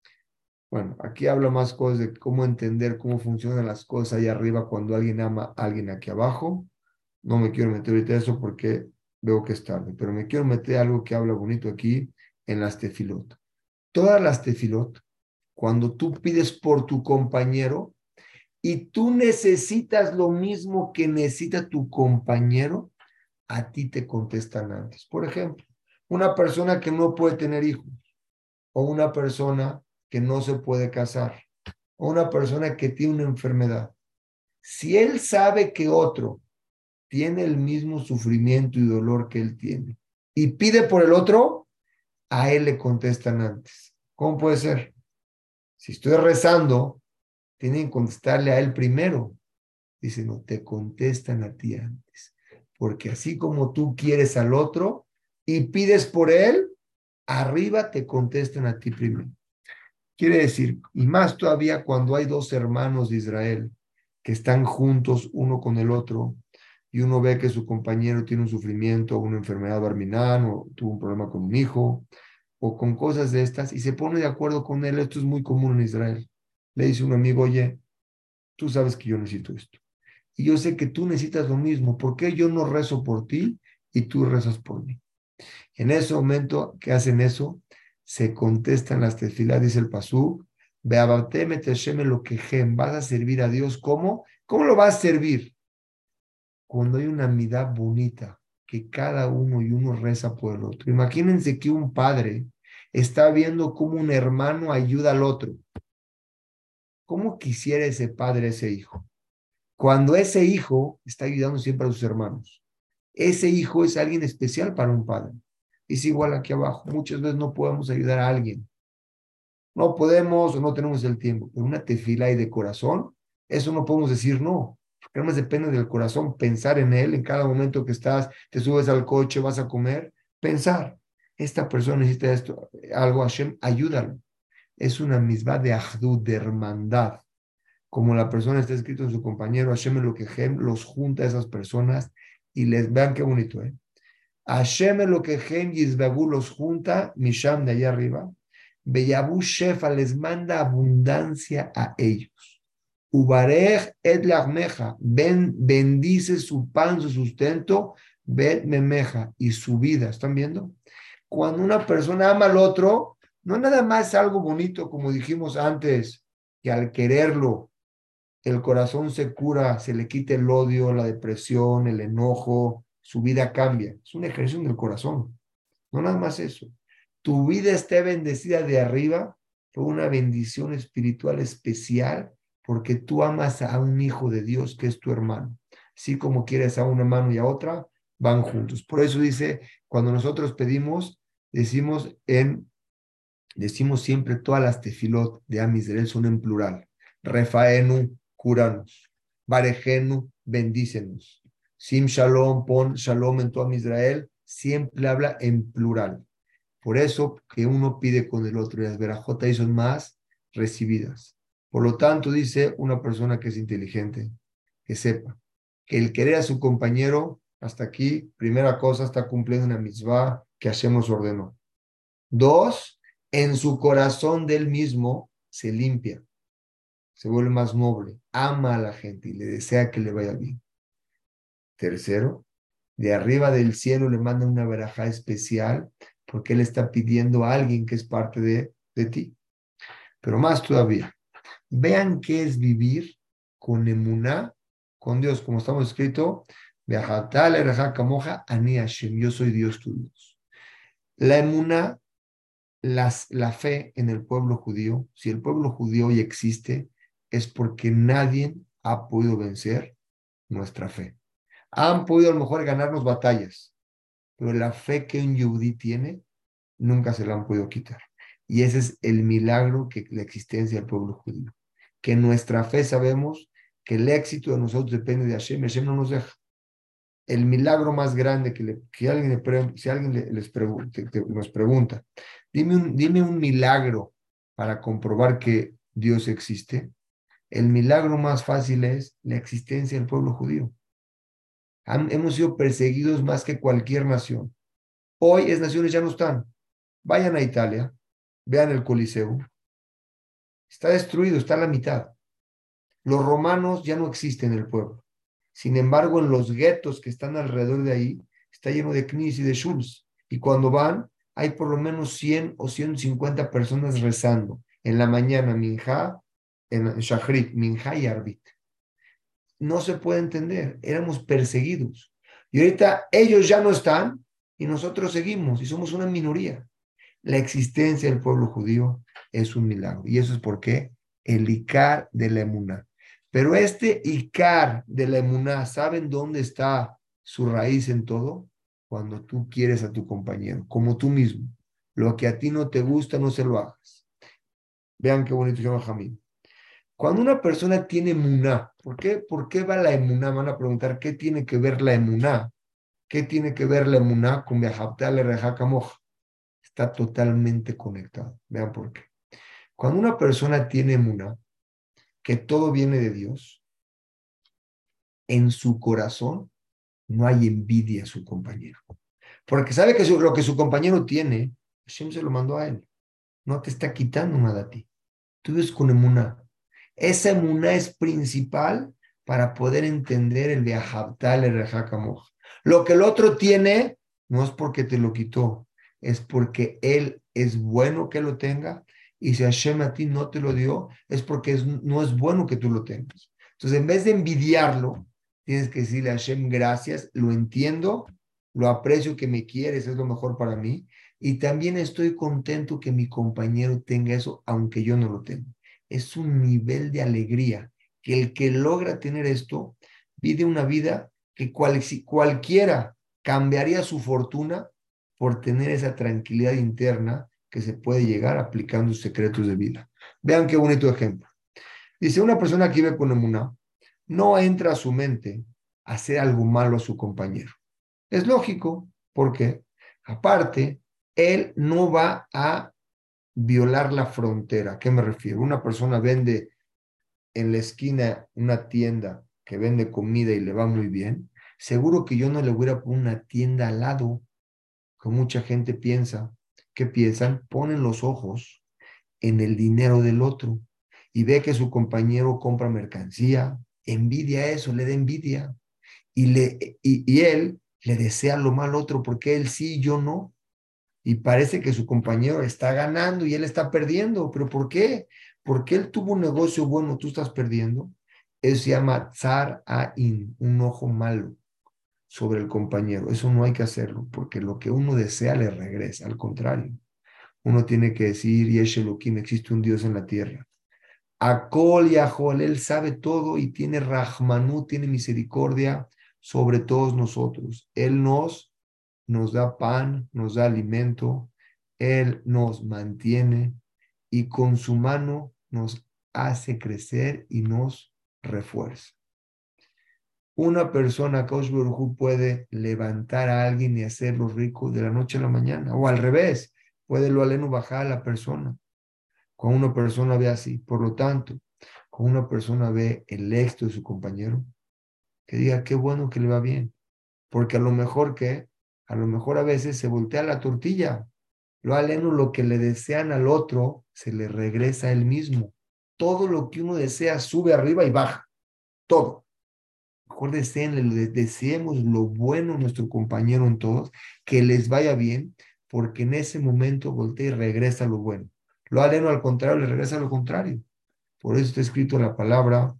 bueno, aquí habla más cosas de cómo entender cómo funcionan las cosas ahí arriba cuando alguien ama a alguien aquí abajo. No me quiero meter ahorita eso porque veo que es tarde, pero me quiero meter algo que habla bonito aquí en las tefilot. Todas las tefilot, cuando tú pides por tu compañero y tú necesitas lo mismo que necesita tu compañero, a ti te contestan antes. Por ejemplo, una persona que no puede tener hijos, o una persona que no se puede casar, o una persona que tiene una enfermedad. Si él sabe que otro tiene el mismo sufrimiento y dolor que él tiene y pide por el otro, a él le contestan antes. ¿Cómo puede ser? Si estoy rezando, tienen que contestarle a él primero. Dice, no, te contestan a ti antes. Porque así como tú quieres al otro y pides por él, arriba te contestan a ti primero. Quiere decir, y más todavía cuando hay dos hermanos de Israel que están juntos uno con el otro y uno ve que su compañero tiene un sufrimiento, una enfermedad barminal o tuvo un problema con un hijo o con cosas de estas y se pone de acuerdo con él. Esto es muy común en Israel. Le dice un amigo, oye, tú sabes que yo necesito esto y yo sé que tú necesitas lo mismo. ¿Por qué yo no rezo por ti y tú rezas por mí? En ese momento que hacen eso, se contestan las tefilá, dice el pasú, Beabateme Teshem lo que vas a servir a Dios. ¿Cómo? ¿Cómo lo vas a servir? Cuando hay una amidad bonita, que cada uno y uno reza por el otro. Imagínense que un padre está viendo cómo un hermano ayuda al otro. ¿Cómo quisiera ese padre, ese hijo? Cuando ese hijo está ayudando siempre a sus hermanos. Ese hijo es alguien especial para un padre. Es igual aquí abajo. Muchas veces no podemos ayudar a alguien. No podemos o no tenemos el tiempo. Pero una tefila y de corazón, eso no podemos decir no. Porque además depende del corazón. Pensar en él en cada momento que estás, te subes al coche, vas a comer. Pensar. Esta persona necesita esto, algo, Hashem, ayúdalo. Es una misma de ahdud, de hermandad. Como la persona está escrito en su compañero, Hashem Elokehem los junta a esas personas y les vean qué bonito, ¿eh? Hashem Elokehem Yizbagu los junta, Misham de allá arriba, Beyabu Shefa les manda abundancia a ellos. Ubarej et lachmeja, bendice su pan, su sustento, bet memeja, y su vida. ¿Están viendo? Cuando una persona ama al otro, no nada más es algo bonito, como dijimos antes, que al quererlo, el corazón se cura, se le quita el odio, la depresión, el enojo, su vida cambia. Es una ejercicio del corazón, no nada más eso. Tu vida esté bendecida de arriba por una bendición espiritual especial, porque tú amas a un hijo de Dios que es tu hermano. Así como quieres a una mano y a otra, van juntos. Por eso dice, cuando nosotros pedimos, decimos decimos siempre todas las tefilot de Am Israel son en plural. Refaenu, cúranos. Barejenu, bendícenos. Sim Shalom, pon Shalom en tu Am Israel, siempre habla en plural. Por eso que uno pide con el otro y las verajot ahí son más recibidas. Por lo tanto, dice una persona que es inteligente, que sepa que el querer a su compañero, hasta aquí, primera cosa, está cumpliendo una mitzvah que Hashem nos ordenó. Dos, en su corazón del mismo se limpia, se vuelve más noble, ama a la gente y le desea que le vaya bien. Tercero, de arriba del cielo le manda una verajá especial porque él está pidiendo a alguien que es parte de ti. Pero más todavía, vean qué es vivir con emuná, con Dios, como estamos escrito, ani Hashem, yo soy Dios tu Dios. La emuná, la fe en el pueblo judío, si el pueblo judío hoy existe, es porque nadie ha podido vencer nuestra fe. Han podido a lo mejor ganarnos batallas, pero la fe que un yudí tiene, nunca se la han podido quitar. Y ese es el milagro que la existencia del pueblo judío. Que nuestra fe sabemos que el éxito de nosotros depende de Hashem, Hashem no nos deja. El milagro más grande que alguien, si alguien nos pregunta, dime un milagro para comprobar que Dios existe, el milagro más fácil es la existencia del pueblo judío. Hemos sido perseguidos más que cualquier nación. Hoy esas naciones ya no están. Vayan a Italia, vean el Coliseo. Está destruido, está a la mitad. Los romanos ya no existen en el pueblo. Sin embargo, en los guetos que están alrededor de ahí, está lleno de knis y de shuls. Y cuando van, hay por lo menos 100 o 150 personas rezando. En la mañana, minjá, en shachrit, minjá y arbit. No se puede entender. Éramos perseguidos. Y ahorita ellos ya no están y nosotros seguimos y somos una minoría. La existencia del pueblo judío es un milagro. Y eso es porque el Icar de la Emuná. Pero este Icar de la Emuná, ¿saben dónde está su raíz en todo? Cuando tú quieres a tu compañero, como tú mismo. Lo que a ti no te gusta, no se lo hagas. Vean qué bonito se llama Jamín. Cuando una persona tiene emuná, ¿por qué va la emuná? Me van a preguntar, ¿qué tiene que ver la emuná? ¿Qué tiene que ver la emuná con Behabtal Rejacamoja? Está totalmente conectado. Vean por qué. Cuando una persona tiene emuná, que todo viene de Dios, en su corazón no hay envidia a su compañero. Porque sabe que lo que su compañero tiene, Hashem se lo mandó a él. No te está quitando nada a ti. Tú vives con emuná. Esa emuná es principal para poder entender el Beahabtal, el Rejakamoj. Lo que el otro tiene no es porque te lo quitó, es porque él es bueno que lo tenga, y si Hashem a ti no te lo dio, es porque no es bueno que tú lo tengas. Entonces, en vez de envidiarlo, tienes que decirle a Hashem gracias, lo entiendo, lo aprecio que me quieres, es lo mejor para mí, y también estoy contento que mi compañero tenga eso, aunque yo no lo tenga. Es un nivel de alegría que el que logra tener esto vive una vida que cualquiera cambiaría su fortuna por tener esa tranquilidad interna que se puede llegar aplicando secretos de vida. Vean qué bonito ejemplo. Dice, una persona que vive con emuná, no entra a su mente hacer algo malo a su compañero. Es lógico, porque aparte, él no va a violar la frontera. ¿A qué me refiero? Una persona vende en la esquina una tienda que vende comida y le va muy bien. Seguro que yo no le voy a poner una tienda al lado, que mucha gente piensa. ¿Qué piensan? Ponen los ojos en el dinero del otro. y ve que su compañero compra mercancía, envidia eso, le da envidia y él le desea lo mal al otro porque él sí, yo no. Y parece que su compañero está ganando y él está perdiendo. ¿Pero por qué? Porque él tuvo un negocio bueno, tú estás perdiendo. Eso se llama tsar ain, un ojo malo sobre el compañero. Eso no hay que hacerlo, porque lo que uno desea le regresa. Al contrario, uno tiene que decir, Yesh Elohim, existe un Dios en la tierra. Akol Yahol, él sabe todo y tiene Rahmanú, tiene misericordia sobre todos nosotros. Él nos da pan, nos da alimento, Él nos mantiene y con su mano nos hace crecer y nos refuerza. Una persona, Kaush Baruj Hu, puede levantar a alguien y hacerlo rico de la noche a la mañana, o al revés, puede lo aleno bajar a la persona. Cuando una persona ve así, por lo tanto, cuando una persona ve el éxito de su compañero, que diga qué bueno que le va bien, porque a lo mejor a veces se voltea la tortilla. Lo aleno, lo que le desean al otro, se le regresa a él mismo. Todo lo que uno desea sube arriba y baja, todo. Mejor deseemos lo bueno a nuestro compañero en todos, que les vaya bien, porque en ese momento voltea y regresa lo bueno. Lo aleno, al contrario, le regresa lo contrario. Por eso está escrito la palabra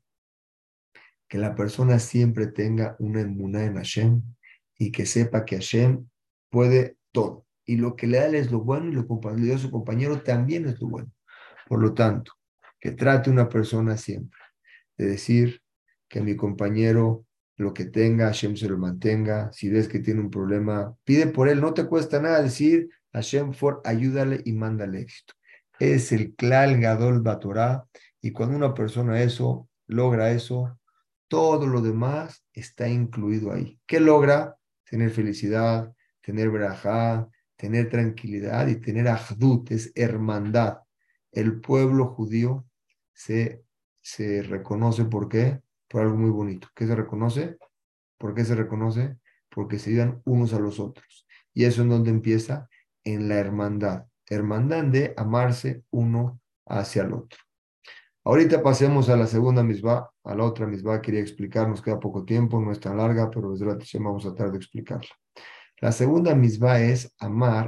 que la persona siempre tenga una emuná en Hashem y que sepa que Hashem puede todo. Y lo que le da es lo bueno y lo que le dio a su compañero también es lo bueno. Por lo tanto, que trate una persona siempre de decir que mi compañero lo que tenga, Hashem se lo mantenga. Si ves que tiene un problema, pide por él. No te cuesta nada decir, Hashem, ayúdale y mándale éxito. Es el Klal Gadol Batorá. Y cuando una persona logra eso, todo lo demás está incluido ahí. ¿Qué logra? Tener felicidad, tener verajá, tener tranquilidad y tener ahdut, es hermandad. El pueblo judío se, se reconoce, ¿por qué? Por algo muy bonito. ¿Qué se reconoce? ¿Por qué se reconoce? Porque se ayudan unos a los otros. ¿Y eso en dónde empieza? En la hermandad. Hermandad de amarse uno hacia el otro. Ahorita pasemos a la segunda misbah, a la otra misbah. Quería explicar, nos queda poco tiempo, no es tan larga, pero desde la vamos a tratar de explicarla. La segunda misbah es amar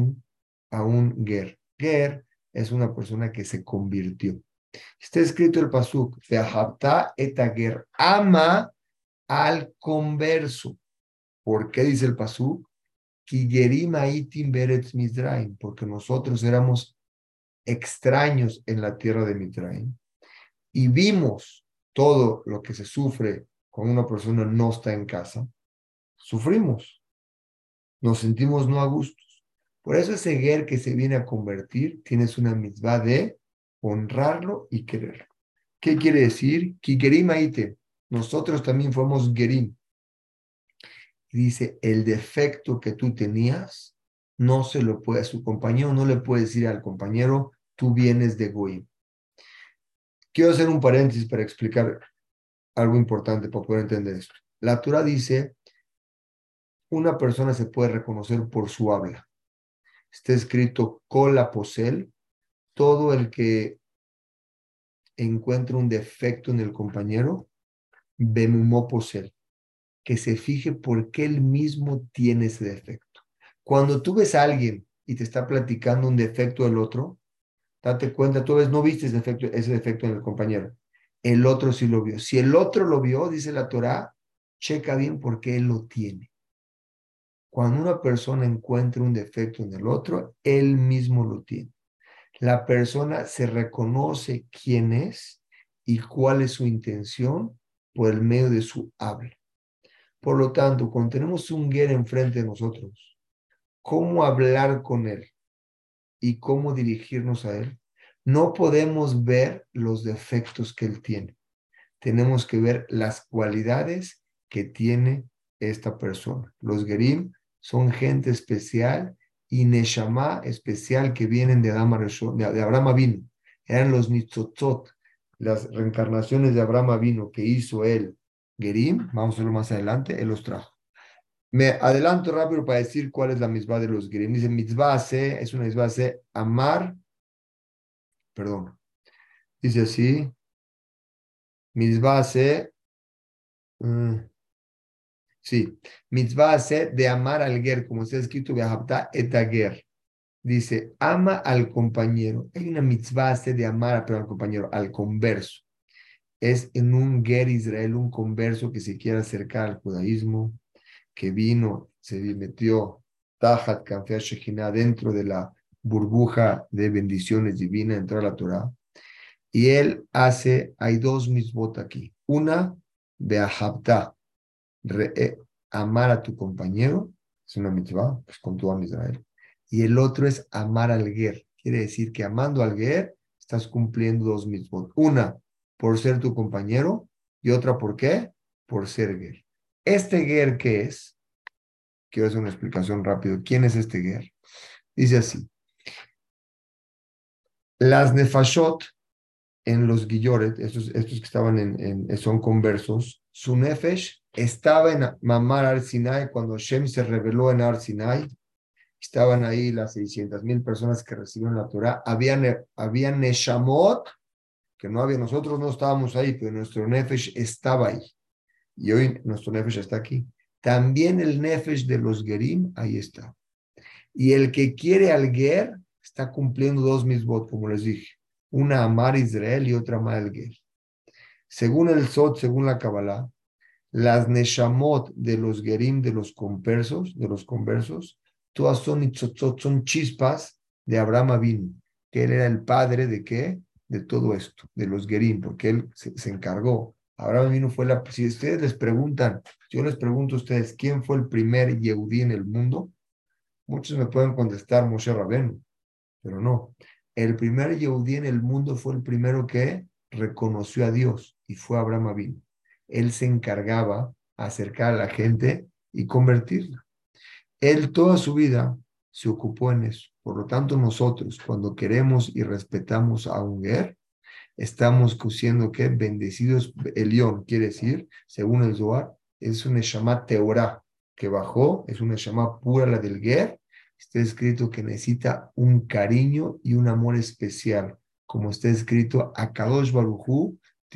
a un ger. Ger es una persona que se convirtió. Está escrito el pasuk, Ve'ahavta et hager, ama al converso. ¿Por qué dice el pasuk? Ki gerim haitim beretz Mizraim, porque nosotros éramos extraños en la tierra de Mizraim y vimos todo lo que se sufre cuando una persona no está en casa, sufrimos, nos sentimos no a gustos. Por eso ese ger que se viene a convertir, tienes una mitzvah de honrarlo y quererlo. ¿Qué quiere decir? Ki gerim aite. Nosotros también fuimos gerim. Dice, el defecto que tú tenías, no se lo puede a su compañero, no le puede decir al compañero, tú vienes de Goim. Quiero hacer un paréntesis para explicar algo importante para poder entender esto. La Torah dice, una persona se puede reconocer por su habla. Está escrito, cola posel, todo el que encuentra un defecto en el compañero, bemumó posel, que se fije por qué él mismo tiene ese defecto. Cuando tú ves a alguien y te está platicando un defecto del otro, date cuenta, tú ves, no viste ese defecto en el compañero. El otro sí lo vio. Si el otro lo vio, dice la Torah, checa bien por qué él lo tiene. Cuando una persona encuentra un defecto en el otro, él mismo lo tiene. La persona se reconoce quién es y cuál es su intención por el medio de su habla. Por lo tanto, cuando tenemos un guerra enfrente de nosotros, ¿cómo hablar con él y cómo dirigirnos a él? No podemos ver los defectos que él tiene. Tenemos que ver las cualidades que tiene esta persona. Los Gerim son gente especial y Neshama especial que vienen de Abraham Avinu. Eran los Nitzotzot, las reencarnaciones de Abraham Avinu que hizo él, Gerim, vamos a verlo más adelante, él los trajo. Me adelanto rápido para decir cuál es la misma de los Gerim. Dice, mitzvah es una mitzvah amar, perdón, Dice así, mitzvah hace, sí, mitzvah hace de amar al ger, como está escrito, behabta et ager. Dice, ama al compañero. Hay una mitzvah hace de amar pero al compañero, al converso. Es en un ger Israel, un converso que se quiere acercar al judaísmo, que vino, se metió Tajat Kanfea Shekhinah dentro de la burbuja de bendiciones divinas, entró a la Torah. Y él hace, hay dos mitzvot aquí. Una, de ahabta, amar a tu compañero, es una mitzvah, pues con tu am Israel. Y el otro es amar al ger. Quiere decir que amando al ger, estás cumpliendo dos mitzvot. Una, por ser tu compañero, y otra, ¿por qué? Por ser ger. ¿Este ger qué es? Quiero hacer una explicación rápido. ¿Quién es este ger? Dice así, las nefashot en los Guilloret, estos que estaban son conversos, su nefesh estaba en Mamar Ar Sinai cuando Shem se reveló en Ar Sinai. Estaban ahí las 600,000 personas que recibieron la Torah. Había Neshamot, que no había, nosotros no estábamos ahí, pero nuestro nefesh estaba ahí. Y hoy nuestro nefesh está aquí. También el nefesh de los Gerim, ahí está. Y el que quiere al Ger está cumpliendo dos mitzvot, como les dije. Una amar a Israel y otra amar al Ger. Según el Sot, según la Kabbalah, las Neshamot de los Gerim, de los conversos, todas son itzotzot, son chispas de Abraham Avinu, que él era el padre de qué? De todo esto, de los Gerim, porque él se encargó. Abraham Avinu fue la... Si ustedes les preguntan, yo les pregunto a ustedes, ¿quién fue el primer Yehudí en el mundo? Muchos me pueden contestar Moshe Rabenu, pero no. El primer Yehudí en el mundo fue el primero que reconoció a Dios y fue Abraham Avinu. Él se encargaba de acercar a la gente y convertirla. Él toda su vida se ocupó en eso. Por lo tanto, nosotros, cuando queremos y respetamos a un Ger, estamos diciendo que bendecidos, Elión quiere decir, según el Zohar, es un Neshama Teorá que bajó, es una Neshama pura la del Ger. Está escrito que necesita un cariño y un amor especial. Como está escrito, Akadosh Baruj Hu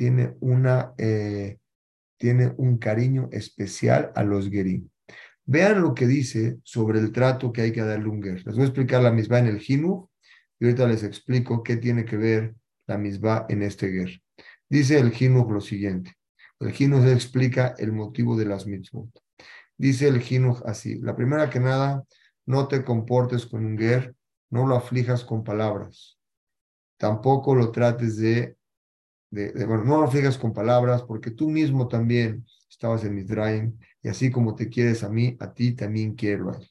tiene un cariño especial a los Gerim. Vean lo que dice sobre el trato que hay que darle a un ger. Les voy a explicar la misma en el Jinuj y ahorita les explico qué tiene que ver la misma en este ger. Dice el Jinuj lo siguiente. El Jinuj explica el motivo de las mitzvot. Dice el Jinuj así. La primera que nada, no te comportes con un ger, no lo aflijas con palabras. Tampoco lo trates bueno, no lo aflijas con palabras, porque tú mismo también estabas en Midraim, y así como te quieres a mí, a ti también quiero a él.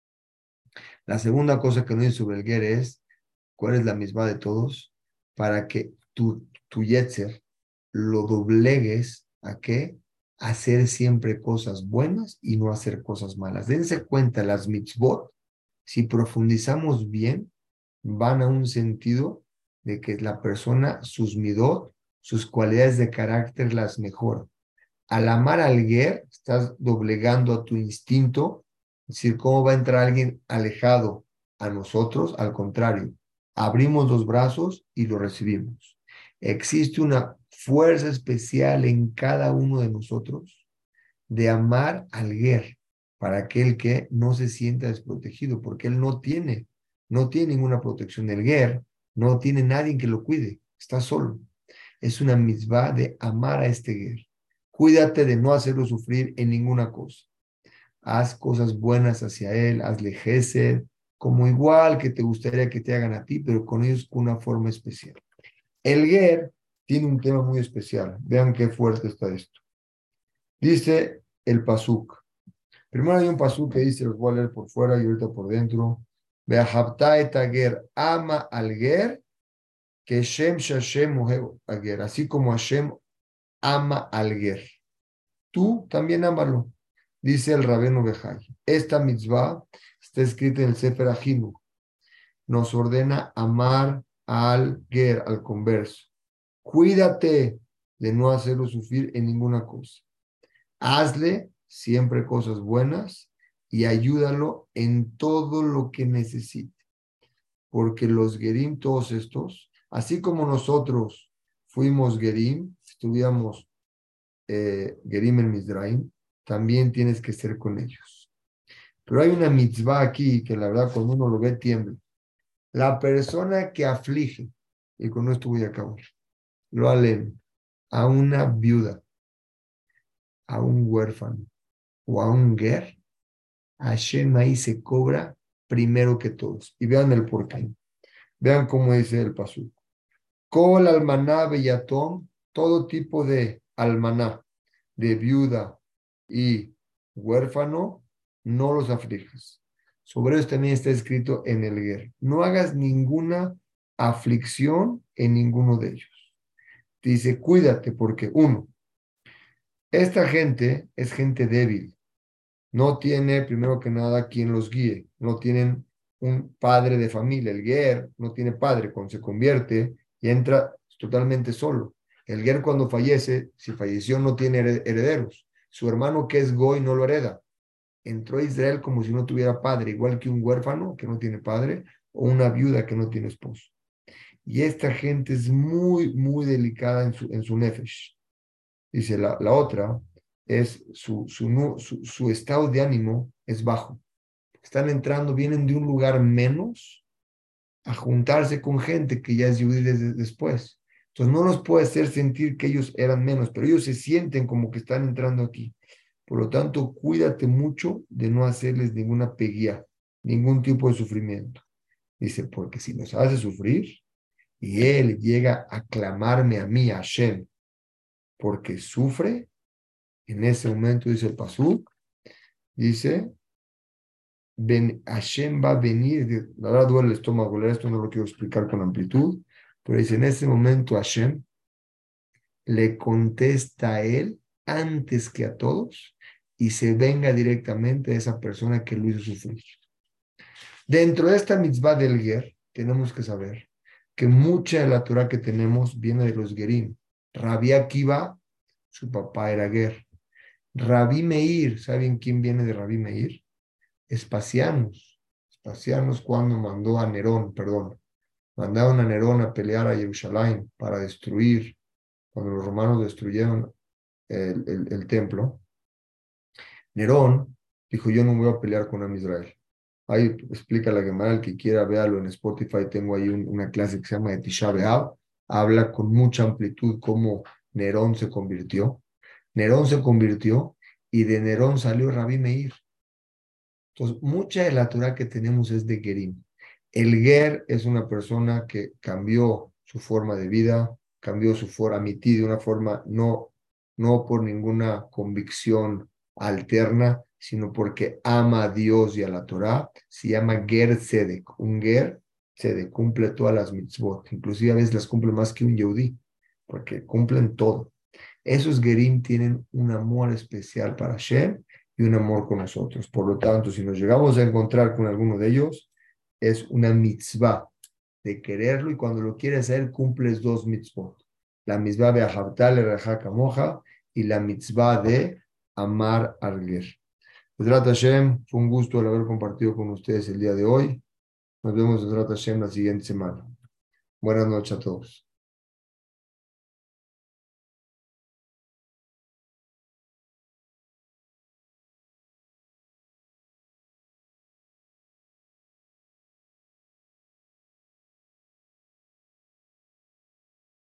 La segunda cosa que no dice sobre el ger es, ¿cuál es la misma de todos? Para que tu yetzer lo doblegues a qué? Hacer siempre cosas buenas y no hacer cosas malas. Dense cuenta, las mitzvot, si profundizamos bien, van a un sentido de que la persona, sus midot, sus cualidades de carácter las mejora. Al amar al ger, estás doblegando a tu instinto, es decir, ¿cómo va a entrar alguien alejado a nosotros? Al contrario, abrimos los brazos y lo recibimos. Existe una fuerza especial en cada uno de nosotros de amar al ger para aquel que no se sienta desprotegido, porque él no tiene ninguna protección del ger, no tiene nadie que lo cuide, está solo. Es una mitzvah de amar a este ger. Cuídate de no hacerlo sufrir en ninguna cosa. Haz cosas buenas hacia él, hazle gesed, como igual que te gustaría que te hagan a ti, pero con ellos con una forma especial. El ger tiene un tema muy especial. Vean qué fuerte está esto. Dice el pasuk. Primero hay un pasuk que dice, los voy a leer por fuera y ahorita por dentro. Beahabta et ager, ama al ger, que Shem Shashem ohev ager, así como Hashem ama al ger. Tú también ámalo, dice el Rabeno Bejai. Esta mitzvah está escrita en el Sefer Ajinu. Nos ordena amar al ger, al converso. Cuídate de no hacerlo sufrir en ninguna cosa. Hazle siempre cosas buenas y ayúdalo en todo lo que necesite. Porque los gerim, todos estos, así como nosotros fuimos Gerim, estuvimos Gerim en Mizraim, también tienes que ser con ellos. Pero hay una mitzvah aquí que la verdad cuando uno lo ve tiembla. La persona que aflige, y con esto voy a acabar, lo alen a una viuda, a un huérfano o a un ger, Hashem ahí se cobra primero que todos. Y vean el porqué. Vean cómo dice el pasú. Kol almaná beyatom, todo tipo de almaná, de viuda y huérfano, no los aflijas. Sobre eso también está escrito en el ger. No hagas ninguna aflicción en ninguno de ellos. Dice, cuídate porque uno, esta gente es gente débil. No tiene, primero que nada, quien los guíe. No tienen un padre de familia. El ger no tiene padre. Cuando se convierte y entra totalmente solo. El ger cuando fallece, si falleció, no tiene herederos. Su hermano que es goy no lo hereda. Entró a Israel como si no tuviera padre, igual que un huérfano que no tiene padre o una viuda que no tiene esposo. Y esta gente es muy, muy delicada en su nefesh. Dice la otra, es su estado de ánimo es bajo. Están entrando, vienen de un lugar menos a juntarse con gente que ya es judí desde después. Entonces no nos puede hacer sentir que ellos eran menos, pero ellos se sienten como que están entrando aquí. Por lo tanto, cuídate mucho de no hacerles ninguna peguía, ningún tipo de sufrimiento. Dice, porque si nos hace sufrir y él llega a clamarme a mí, a Hashem, porque sufre, en ese momento dice el Pasuk, dice, Hashem va a venir, la verdad duele el estómago, esto no lo quiero explicar con amplitud, pero dice, en ese momento Hashem le contesta a él antes que a todos y se venga directamente a esa persona que lo hizo sufrir. Dentro de esta mitzvah del ger, tenemos que saber que mucha de la Torah que tenemos viene de los gerim. Rabbi Akiva, su papá era ger. Rabbi Meir, ¿saben quién viene de Rabbi Meir? Espacianos. Espacianos cuando mandó a Nerón, perdón, mandaron a Nerón a pelear a Jerusalén para destruir, cuando los romanos destruyeron el templo. Nerón dijo, yo no voy a pelear con Israel. Ahí explica la Gemara, el que quiera véalo en Spotify, tengo ahí una clase que se llama de Tisha B'Av, habla con mucha amplitud cómo Nerón se convirtió. Nerón se convirtió y de Nerón salió Rabí Meir. Entonces, mucha de la Torah que tenemos es de Gerim. El Ger es una persona que cambió su forma de vida, cambió su forma, de una forma no por ninguna convicción alterna, sino porque ama a Dios y a la Torah. Se llama Ger Tzedek. Un Ger Tzedek cumple todas las mitzvot, inclusive a veces las cumple más que un Yehudí, porque cumplen todo. Esos Gerim tienen un amor especial para Hashem y un amor con nosotros. Por lo tanto, si nos llegamos a encontrar con alguno de ellos, es una mitzvah de quererlo y cuando lo quieres hacer, cumples dos mitzvot. La mitzvah de Ahabtal Kamoja y la mitzvah de amar al Ger. Bezrat Hashem, fue un gusto el haber compartido con ustedes el día de hoy. Nos vemos Bezrat Hashem la siguiente semana. Buenas noches a todos.